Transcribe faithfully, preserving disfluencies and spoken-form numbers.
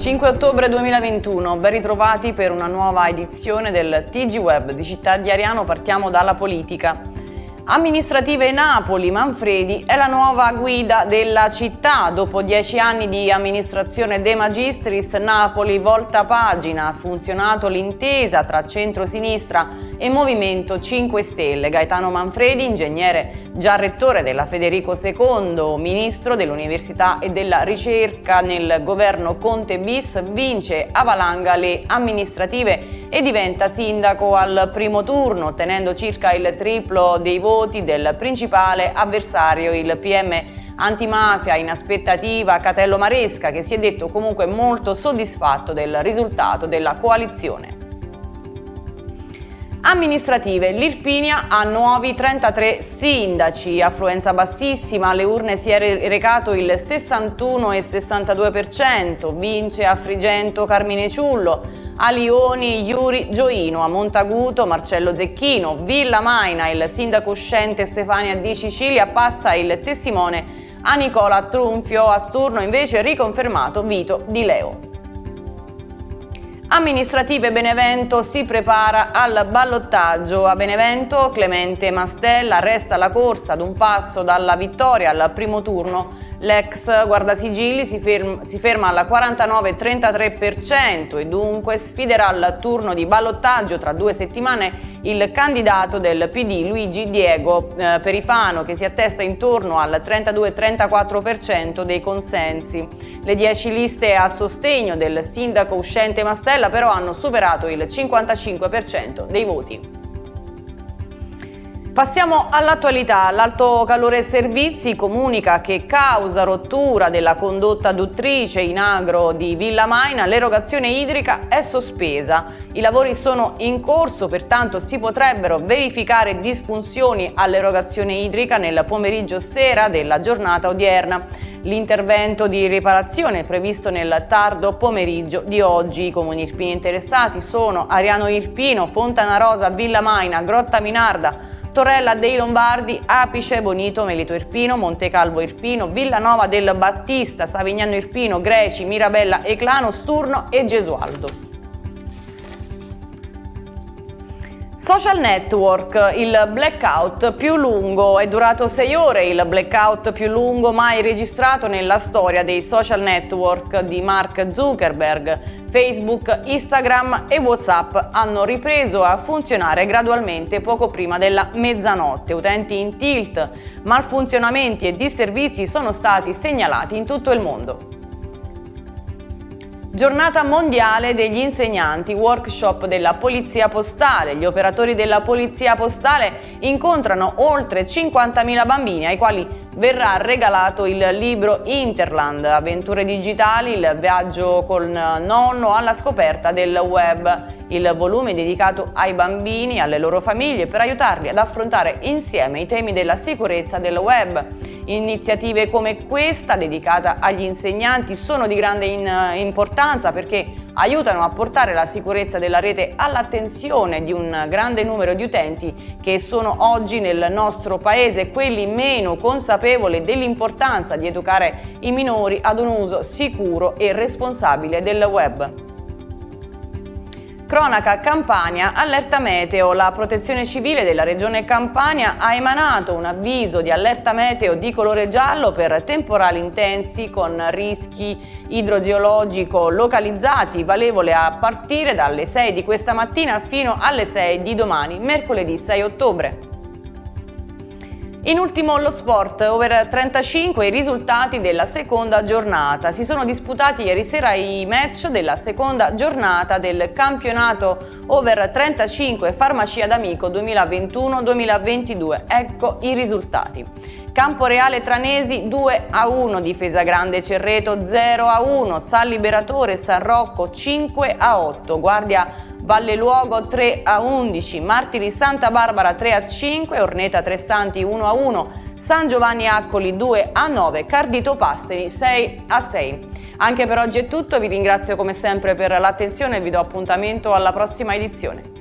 cinque ottobre duemilaventuno, ben ritrovati per una nuova edizione del T G Web di Città di Ariano. Partiamo dalla politica. Amministrative Napoli, Manfredi è la nuova guida della città. Dopo dieci anni di amministrazione De Magistris, Napoli volta pagina. Ha funzionato l'intesa tra centrosinistra e Movimento cinque Stelle. Gaetano Manfredi, ingegnere già rettore della Federico secondo, ministro dell'Università e della Ricerca nel governo Conte bis, vince a valanga le amministrative e diventa sindaco al primo turno, ottenendo circa il triplo dei voti del principale avversario, il P M antimafia in aspettativa Catello Maresca, che si è detto comunque molto soddisfatto del risultato della coalizione. Amministrative, l'Irpinia ha nuovi trentatré sindaci, affluenza bassissima, alle urne si è recato il sessantuno virgola sessantadue per cento, vince a Frigento Carmine Ciullo, a Lioni Iuri Gioino, a Montaguto Marcello Zecchino, Villa Maina il sindaco uscente Stefania Di Cicilia, passa il testimone a Nicola Trunfio, a Sturno invece riconfermato Vito Di Leo. Amministrative Benevento si prepara al ballottaggio. A Benevento Clemente Mastella resta la corsa ad un passo dalla vittoria al primo turno. L'ex guardasigilli si, ferma, si ferma al quarantanove virgola trentatré per cento e dunque sfiderà al turno di ballottaggio tra due settimane il candidato del P D Luigi Diego eh, Perifano, che si attesta intorno al trentadue virgola trentaquattro per cento dei consensi. Le dieci liste a sostegno del sindaco uscente Mastella però hanno superato il cinquantacinque per cento dei voti. Passiamo all'attualità. L'Alto Calore Servizi comunica che causa rottura della condotta aduttrice in agro di Villa Maina l'erogazione idrica è sospesa. I lavori sono in corso, pertanto si potrebbero verificare disfunzioni all'erogazione idrica nel pomeriggio sera della giornata odierna. L'intervento di riparazione è previsto nel tardo pomeriggio di oggi. I comuni irpini interessati sono Ariano Irpino, Fontanarosa, Villa Maina, Grotta Minarda, Torrella dei Lombardi, Apice, Bonito, Melito Irpino, Montecalvo Irpino, Villanova del Battista, Savignano Irpino, Greci, Mirabella Eclano, Sturno e Gesualdo. Social network, il blackout più lungo, è durato sei ore, il blackout più lungo mai registrato nella storia dei social network di Mark Zuckerberg. Facebook, Instagram e WhatsApp hanno ripreso a funzionare gradualmente poco prima della mezzanotte. Utenti in tilt, malfunzionamenti e disservizi sono stati segnalati in tutto il mondo. Giornata mondiale degli insegnanti, workshop della Polizia Postale. Gli operatori della Polizia Postale incontrano oltre cinquantamila bambini ai quali verrà regalato il libro Interland, avventure digitali, il viaggio col nonno alla scoperta del web. Il volume è dedicato ai bambini e alle loro famiglie per aiutarli ad affrontare insieme i temi della sicurezza del web. Iniziative come questa, dedicata agli insegnanti, sono di grande in, importanza perché aiutano a portare la sicurezza della rete all'attenzione di un grande numero di utenti che sono oggi nel nostro paese, quelli meno consapevoli dell'importanza di educare i minori ad un uso sicuro e responsabile del web. Cronaca Campania, allerta meteo. La Protezione Civile della Regione Campania ha emanato un avviso di allerta meteo di colore giallo per temporali intensi con rischi idrogeologico localizzati, valevole a partire dalle sei di questa mattina fino alle sei di domani, mercoledì sei ottobre. In ultimo lo sport, over trentacinque i risultati della seconda giornata. Si sono disputati ieri sera i match della seconda giornata del campionato over trentacinque Farmacia d'Amico duemilaventuno duemilaventidue. Ecco i risultati. Camporeale Tranesi due a uno, Difesa Grande Cerreto zero a uno, San Liberatore San Rocco cinque a otto, Guardia Valle Luogo tre a undici, Martiri Santa Barbara tre a cinque, Orneta Tressanti uno a uno, San Giovanni Accoli due a nove, Cardito Pasteri sei a sei. Anche per oggi è tutto, vi ringrazio come sempre per l'attenzione e vi do appuntamento alla prossima edizione.